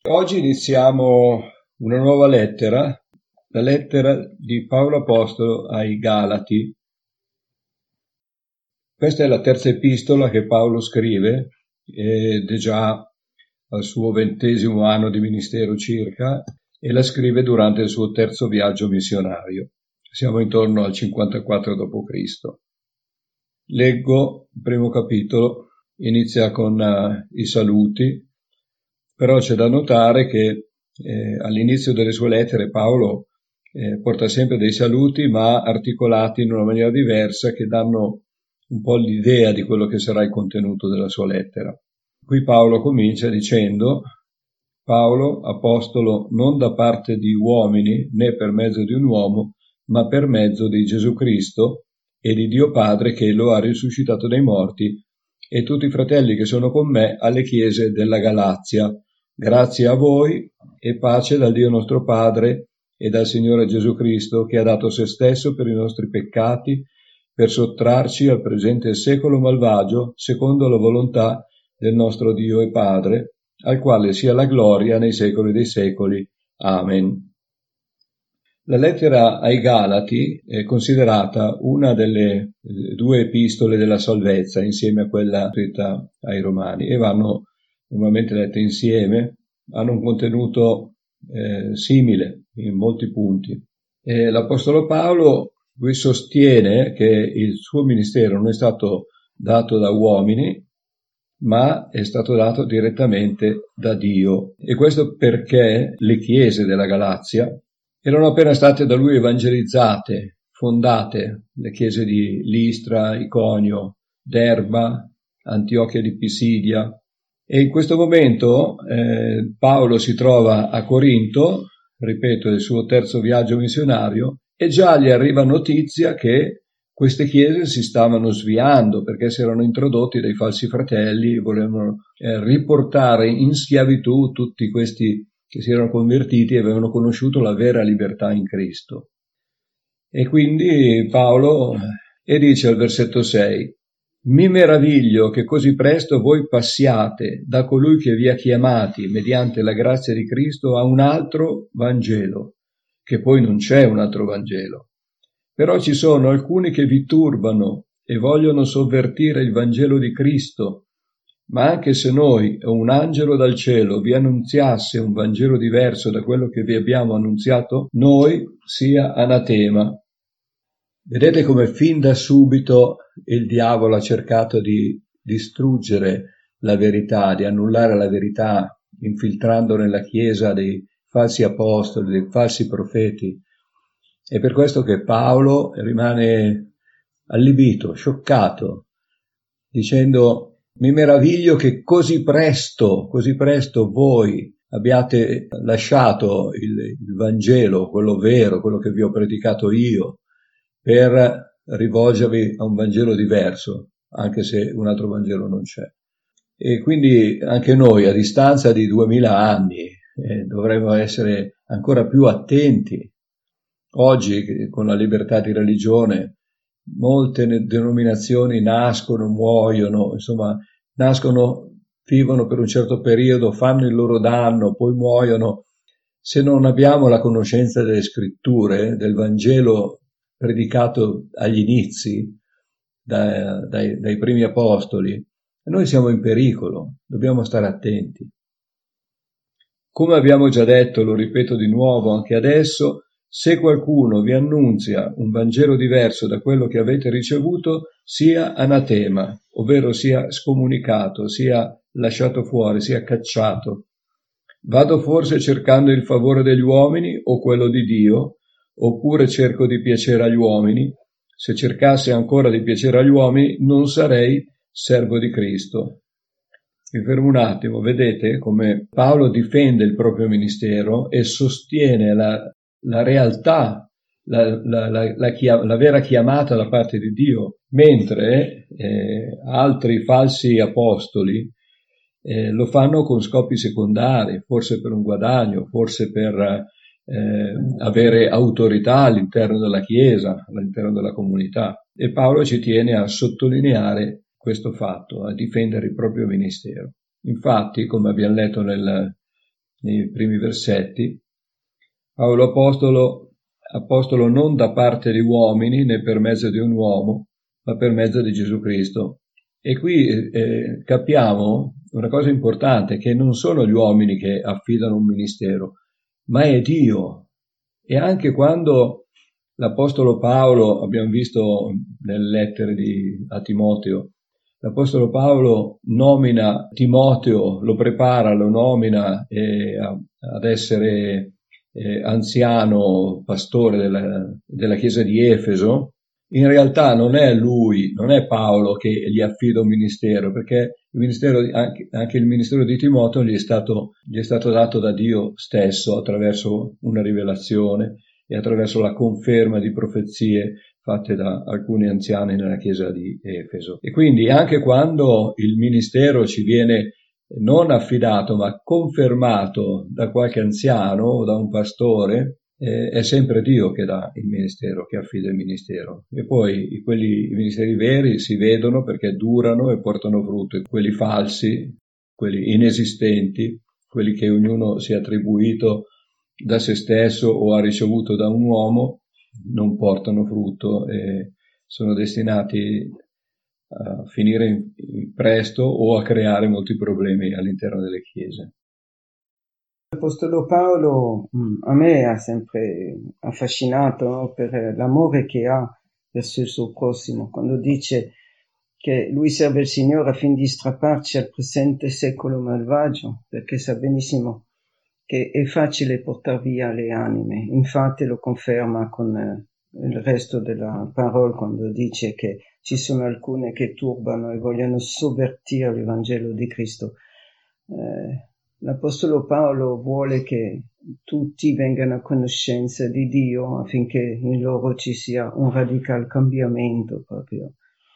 Oggi iniziamo una nuova lettera, la lettera di Paolo Apostolo ai Galati. Questa è la terza epistola che Paolo scrive ed è già al suo 20° anno di ministero circa, e la scrive durante il suo terzo viaggio missionario. Siamo intorno al 54 d.C. Leggo il primo capitolo, inizia con i saluti, però c'è da notare che all'inizio delle sue lettere Paolo porta sempre dei saluti, ma articolati in una maniera diversa, che danno un po' l'idea di quello che sarà il contenuto della sua lettera. Qui Paolo comincia dicendo: Paolo, apostolo non da parte di uomini, né per mezzo di un uomo, ma per mezzo di Gesù Cristo e di Dio Padre che lo ha risuscitato dai morti, e tutti i fratelli che sono con me alle chiese della Galazia. Grazie a voi e pace dal Dio nostro Padre e dal Signore Gesù Cristo, che ha dato se stesso per i nostri peccati, per sottrarci al presente secolo malvagio, secondo la volontà del nostro Dio e Padre, al quale sia la gloria nei secoli dei secoli. Amen. La lettera ai Galati è considerata una delle due epistole della salvezza, insieme a quella scritta ai Romani, e vanno normalmente lette insieme. Hanno un contenuto simile in molti punti. L'Apostolo Paolo qui sostiene che il suo ministero non è stato dato da uomini, ma è stato dato direttamente da Dio. E questo perché le chiese della Galazia erano appena state da lui evangelizzate, fondate, le chiese di Listra, Iconio, Derba, Antiochia di Pisidia. E in questo momento Paolo si trova a Corinto, ripeto, è il suo terzo viaggio missionario, e già gli arriva notizia che queste chiese si stavano sviando, perché si erano introdotti dei falsi fratelli e volevano riportare in schiavitù tutti questi che si erano convertiti e avevano conosciuto la vera libertà in Cristo. E quindi Paolo dice al versetto 6: mi meraviglio che così presto voi passiate da colui che vi ha chiamati mediante la grazia di Cristo a un altro Vangelo, che poi non c'è un altro Vangelo. Però ci sono alcuni che vi turbano e vogliono sovvertire il Vangelo di Cristo. Ma anche se noi o un angelo dal cielo vi annunziasse un Vangelo diverso da quello che vi abbiamo annunziato noi, sia anatema. Vedete come fin da subito il diavolo ha cercato di distruggere la verità, di annullare la verità, infiltrando nella Chiesa dei falsi apostoli, dei falsi profeti. È per questo che Paolo rimane allibito, scioccato, dicendo: mi meraviglio che così presto voi abbiate lasciato il Vangelo, quello vero, quello che vi ho predicato io, per rivolgervi a un Vangelo diverso, anche se un altro Vangelo non c'è. E quindi anche noi, a distanza di 2000 anni, dovremmo essere ancora più attenti. Oggi, con la libertà di religione, molte denominazioni nascono, muoiono, insomma, nascono, vivono per un certo periodo, fanno il loro danno, poi muoiono. Se non abbiamo la conoscenza delle scritture, del Vangelo predicato agli inizi, dai primi apostoli, noi siamo in pericolo, dobbiamo stare attenti. Come abbiamo già detto, lo ripeto di nuovo anche adesso, se qualcuno vi annunzia un Vangelo diverso da quello che avete ricevuto, sia anatema, ovvero sia scomunicato, sia lasciato fuori, sia cacciato. Vado forse cercando il favore degli uomini o quello di Dio, oppure cerco di piacere agli uomini? Se cercassi ancora di piacere agli uomini, non sarei servo di Cristo. Mi fermo un attimo, vedete come Paolo difende il proprio ministero e sostiene la realtà, la vera chiamata da parte di Dio, mentre altri falsi apostoli lo fanno con scopi secondari, forse per un guadagno, forse per avere autorità all'interno della Chiesa, all'interno della comunità. E Paolo ci tiene a sottolineare questo fatto, a difendere il proprio ministero. Infatti, come abbiamo letto nel nei primi versetti, Paolo apostolo non da parte di uomini né per mezzo di un uomo, ma per mezzo di Gesù Cristo. E qui capiamo una cosa importante, che non sono gli uomini che affidano un ministero, ma è Dio. E anche quando l'Apostolo Paolo, abbiamo visto nelle lettere a Timoteo, l'Apostolo Paolo nomina Timoteo, lo prepara, lo nomina ad essere anziano pastore della chiesa di Efeso. In realtà non è lui, non è Paolo che gli affida un ministero, perché il ministero, anche il ministero di Timoteo gli è stato dato da Dio stesso attraverso una rivelazione e attraverso la conferma di profezie fatte da alcuni anziani nella chiesa di Efeso. E quindi anche quando il ministero ci viene non affidato ma confermato da qualche anziano o da un pastore, è sempre Dio che dà il ministero, che affida il ministero. E poi i ministeri veri si vedono perché durano e portano frutto, e quelli falsi, quelli inesistenti, quelli che ognuno si è attribuito da se stesso o ha ricevuto da un uomo, non portano frutto e sono destinati a finire presto o a creare molti problemi all'interno delle chiese. L'Apostolo Paolo a me ha sempre affascinato, no? Per l'amore che ha verso il suo prossimo, quando dice che lui serve il Signore affin di strapparci al presente secolo malvagio, perché sa benissimo che è facile portar via le anime. Infatti lo conferma con il resto della parola quando dice che ci sono alcune che turbano e vogliono sovvertire l'Evangelo di Cristo. L'Apostolo Paolo vuole che tutti vengano a conoscenza di Dio affinché in loro ci sia un radicale cambiamento proprio.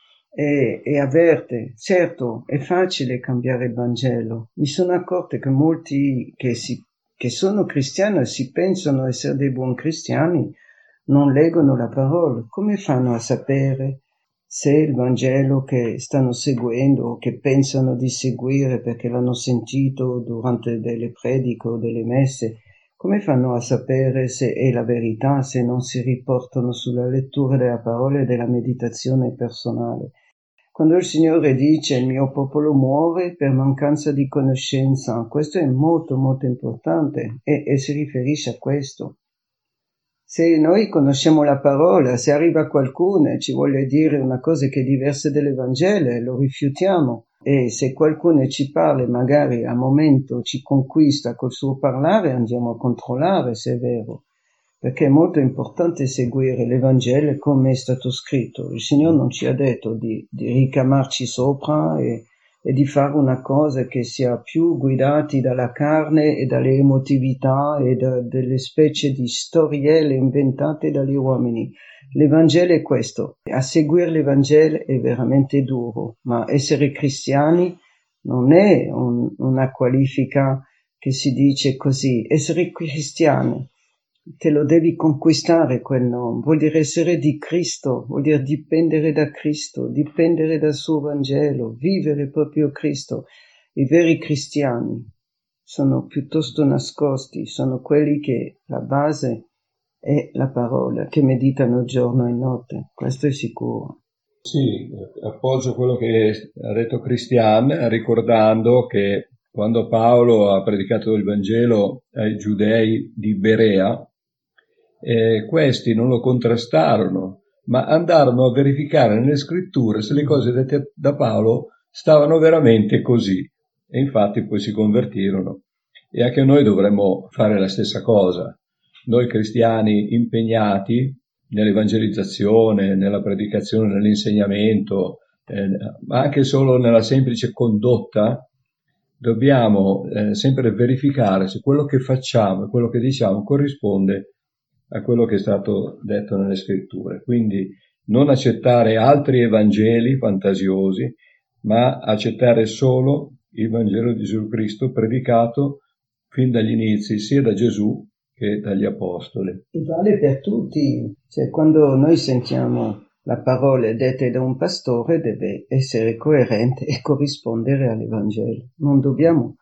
E avverte, certo, è facile cambiare il Vangelo. Mi sono accorto che molti che sono cristiani e si pensano essere dei buoni cristiani non leggono la parola. Come fanno a sapere se il Vangelo che stanno seguendo o che pensano di seguire perché l'hanno sentito durante delle prediche o delle messe, come fanno a sapere se è la verità se non si riportano sulla lettura della parola e della meditazione personale? Quando il Signore dice il mio popolo muore per mancanza di conoscenza, questo è molto molto importante e si riferisce a questo. Se noi conosciamo la parola, se arriva qualcuno e ci vuole dire una cosa che è diversa dall'Evangelo, lo rifiutiamo. E se qualcuno ci parla, magari a momento ci conquista col suo parlare, andiamo a controllare se è vero. Perché è molto importante seguire l'Evangelo come è stato scritto. Il Signore non ci ha detto di ricamarci sopra e di fare una cosa che sia più guidati dalla carne e dalle emotività e delle specie di storielle inventate dagli uomini. L'Evangelo è questo. A seguire l'Evangelo è veramente duro, ma essere cristiani non è una qualifica che si dice così. Essere cristiani te lo devi conquistare quel nome, vuol dire essere di Cristo, vuol dire dipendere da Cristo, dipendere dal suo Vangelo, vivere proprio Cristo. I veri cristiani sono piuttosto nascosti, sono quelli che la base è la parola, che meditano giorno e notte, questo è sicuro. Sì, appoggio quello che ha detto Christian, ricordando che quando Paolo ha predicato il Vangelo ai giudei di Berea, questi non lo contrastarono, ma andarono a verificare nelle scritture se le cose dette da Paolo stavano veramente così. E infatti poi si convertirono. E anche noi dovremmo fare la stessa cosa. Noi cristiani impegnati nell'evangelizzazione, nella predicazione, nell'insegnamento, ma anche solo nella semplice condotta, dobbiamo sempre verificare se quello che facciamo e quello che diciamo corrisponde a quello che è stato detto nelle scritture. Quindi non accettare altri evangeli fantasiosi, ma accettare solo il Vangelo di Gesù Cristo predicato fin dagli inizi, sia da Gesù che dagli apostoli. E vale per tutti, cioè quando noi sentiamo la parola detta da un pastore deve essere coerente e corrispondere all'Evangelo. Non dobbiamo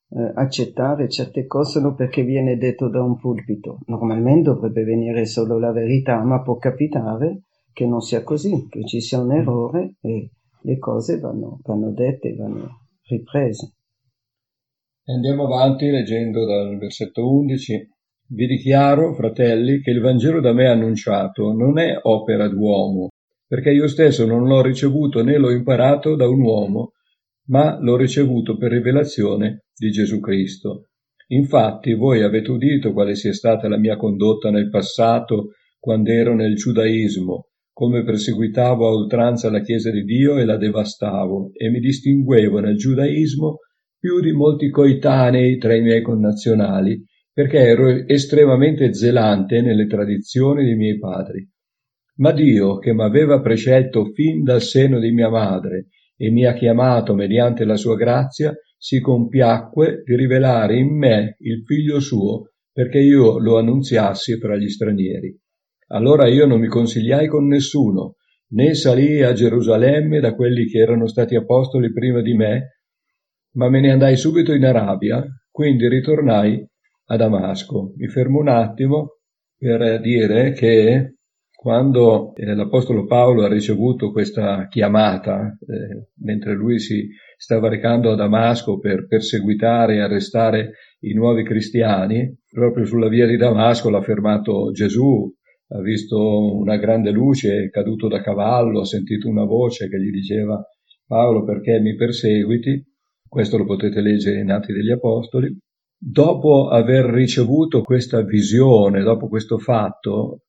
accettare certe cose solo perché viene detto da un pulpito. Normalmente dovrebbe venire solo la verità, ma può capitare che non sia così, che ci sia un errore e le cose vanno dette, vanno riprese. Andiamo avanti leggendo dal versetto 11. Vi dichiaro, fratelli, che il Vangelo da me annunciato non è opera d'uomo, perché io stesso non l'ho ricevuto né l'ho imparato da un uomo, ma l'ho ricevuto per rivelazione di Gesù Cristo. Infatti voi avete udito quale sia stata la mia condotta nel passato quando ero nel giudaismo, come perseguitavo a oltranza la Chiesa di Dio e la devastavo, e mi distinguevo nel giudaismo più di molti coetanei tra i miei connazionali, perché ero estremamente zelante nelle tradizioni dei miei padri. Ma Dio, che m'aveva prescelto fin dal seno di mia madre e mi ha chiamato mediante la sua grazia, si compiacque di rivelare in me il figlio suo, perché io lo annunziassi fra gli stranieri. Allora io non mi consigliai con nessuno, né salii a Gerusalemme da quelli che erano stati apostoli prima di me, ma me ne andai subito in Arabia, quindi ritornai a Damasco. Mi fermo un attimo per dire che quando l'Apostolo Paolo ha ricevuto questa chiamata, mentre lui si stava recando a Damasco per perseguitare e arrestare i nuovi cristiani, proprio sulla via di Damasco l'ha fermato Gesù, ha visto una grande luce, è caduto da cavallo, ha sentito una voce che gli diceva: Paolo, perché mi perseguiti? Questo lo potete leggere in Atti degli Apostoli. Dopo aver ricevuto questa visione, dopo questo fatto,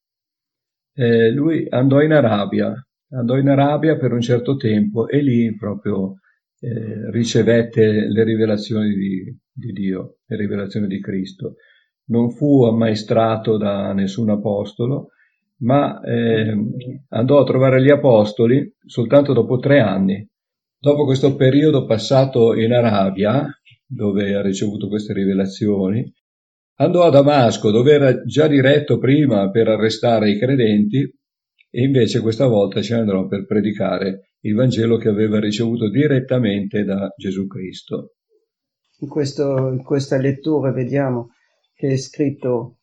lui andò in Arabia per un certo tempo e lì proprio ricevette le rivelazioni di Dio, le rivelazioni di Cristo. Non fu ammaestrato da nessun apostolo, ma andò a trovare gli apostoli soltanto dopo 3 anni. Dopo questo periodo passato in Arabia, dove ha ricevuto queste rivelazioni, andò a Damasco, dove era già diretto prima per arrestare i credenti, e invece questa volta ci andrò per predicare il Vangelo che aveva ricevuto direttamente da Gesù Cristo. In questa lettura vediamo che è scritto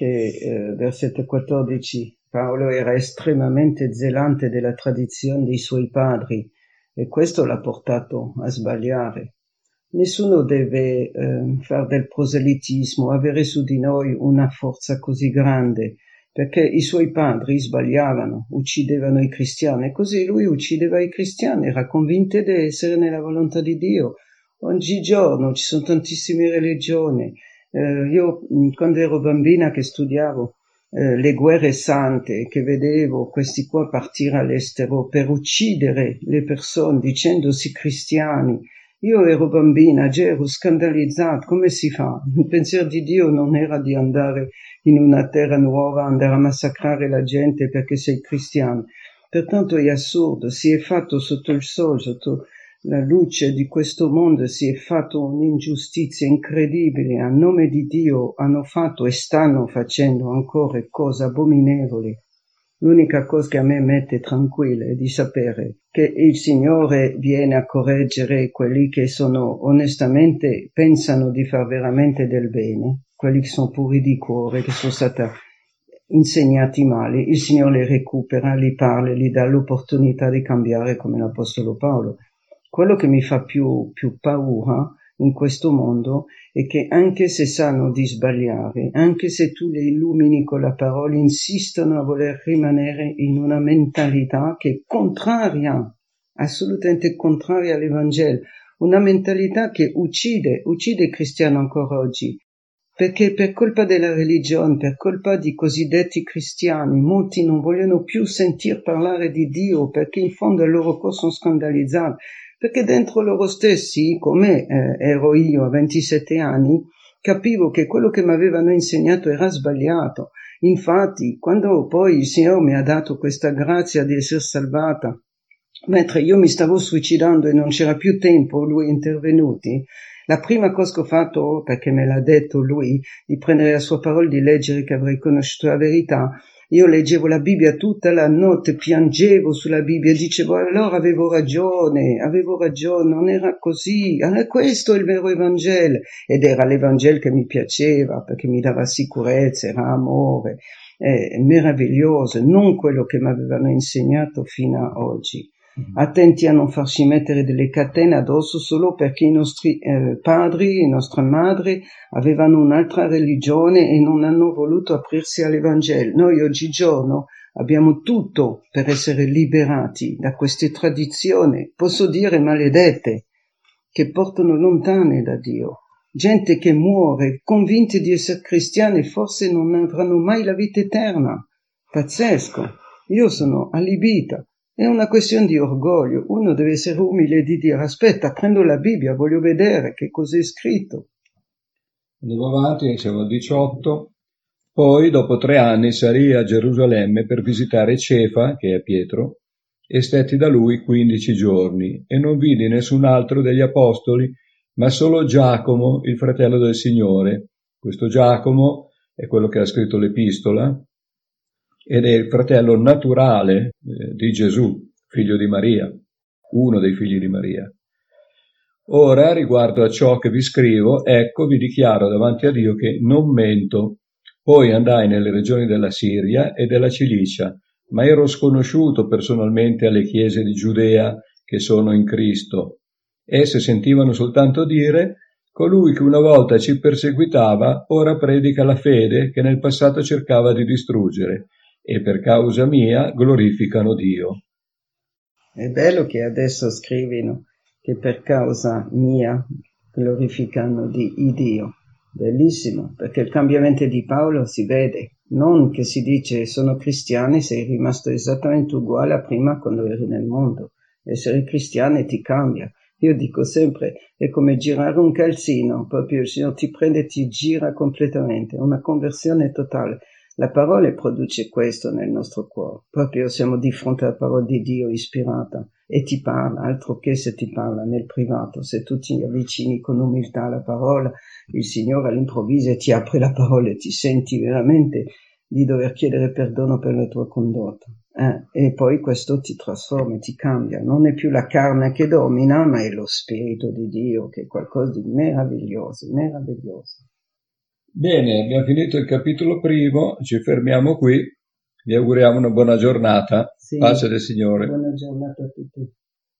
che, versetto 14, Paolo era estremamente zelante della tradizione dei suoi padri e questo l'ha portato a sbagliare. Nessuno deve fare del proselitismo, avere su di noi una forza così grande, perché i suoi padri sbagliavano, uccidevano i cristiani, e così lui uccideva i cristiani, era convinto di essere nella volontà di Dio. Oggigiorno ci sono tantissime religioni. Io quando ero bambina che studiavo le guerre sante, che vedevo questi qua partire all'estero per uccidere le persone dicendosi cristiani, io ero bambina, già ero scandalizzata, come si fa? Il pensiero di Dio non era di andare in una terra nuova, andare a massacrare la gente perché sei cristiano. Pertanto è assurdo, si è fatto sotto il sole, sotto la luce di questo mondo, si è fatto un'ingiustizia incredibile. A nome di Dio hanno fatto e stanno facendo ancora cose abominevoli. L'unica cosa che a me mette tranquilla è di sapere che il Signore viene a correggere quelli che sono onestamente, pensano di far veramente del bene, quelli che sono puri di cuore, che sono stati insegnati male. Il Signore li recupera, li parla, gli dà l'opportunità di cambiare come l'Apostolo Paolo. Quello che mi fa più paura in questo mondo è che anche se sanno di sbagliare, anche se tu li illumini con la parola, insistono a voler rimanere in una mentalità che è contraria, assolutamente contraria all'Evangelo, una mentalità che uccide il cristiano ancora oggi, perché per colpa della religione, per colpa di cosiddetti cristiani, molti non vogliono più sentir parlare di Dio, perché in fondo al loro cuore sono scandalizzati, perché dentro loro stessi, come ero io a 27 anni, capivo che quello che mi avevano insegnato era sbagliato. Infatti, quando poi il Signore mi ha dato questa grazia di essere salvata, mentre io mi stavo suicidando e non c'era più tempo, lui è intervenuto, la prima cosa che ho fatto, perché me l'ha detto lui, di prendere la sua parola, di leggere che avrei conosciuto la verità, Io leggevo la Bibbia tutta la notte, piangevo sulla Bibbia, dicevo allora avevo ragione, non era così, allora questo è il vero Evangelo, ed era l'Evangelo che mi piaceva, perché mi dava sicurezza, era amore, meraviglioso, non quello che mi avevano insegnato fino a oggi. Attenti a non farci mettere delle catene addosso solo perché i nostri padri, le nostre madri avevano un'altra religione e non hanno voluto aprirsi all'Evangelo. Noi oggigiorno abbiamo tutto per essere liberati da queste tradizioni, posso dire maledette, che portano lontane da Dio. Gente che muore convinti di essere cristiani e forse non avranno mai la vita eterna. Pazzesco. Io sono allibita. È una questione di orgoglio. Uno deve essere umile e di dire aspetta, prendo la Bibbia, voglio vedere che cos'è scritto. Andiamo avanti, siamo al 18. Poi, dopo 3 anni, salì a Gerusalemme per visitare Cefa, che è Pietro, e stetti da lui 15 giorni, e non vidi nessun altro degli apostoli, ma solo Giacomo, il fratello del Signore. Questo Giacomo è quello che ha scritto l'epistola, ed è il fratello naturale di Gesù, figlio di Maria, uno dei figli di Maria. Ora, riguardo a ciò che vi scrivo, ecco, vi dichiaro davanti a Dio che non mento. Poi andai nelle regioni della Siria e della Cilicia, ma ero sconosciuto personalmente alle chiese di Giudea che sono in Cristo. Esse sentivano soltanto dire: colui che una volta ci perseguitava, ora predica la fede che nel passato cercava di distruggere, e per causa mia glorificano Dio. È bello che adesso scrivino che per causa mia glorificano il Dio. Bellissimo, perché il cambiamento di Paolo si vede, non che si dice sono cristiani, sei rimasto esattamente uguale a prima quando eri nel mondo. Essere cristiano ti cambia. Io dico sempre, è come girare un calzino, proprio il Signore ti prende e ti gira completamente, una conversione totale. La parola produce questo nel nostro cuore, proprio siamo di fronte alla parola di Dio ispirata e ti parla, altro che se ti parla nel privato, se tu ti avvicini con umiltà alla parola, il Signore all'improvviso ti apre la parola e ti senti veramente di dover chiedere perdono per la tua condotta. E poi questo ti trasforma, ti cambia, non è più la carne che domina, ma è lo Spirito di Dio, che è qualcosa di meraviglioso, meraviglioso. Bene, abbiamo finito il capitolo primo, ci fermiamo qui, vi auguriamo una buona giornata, Sì, pace del Signore. buona giornata a tutti.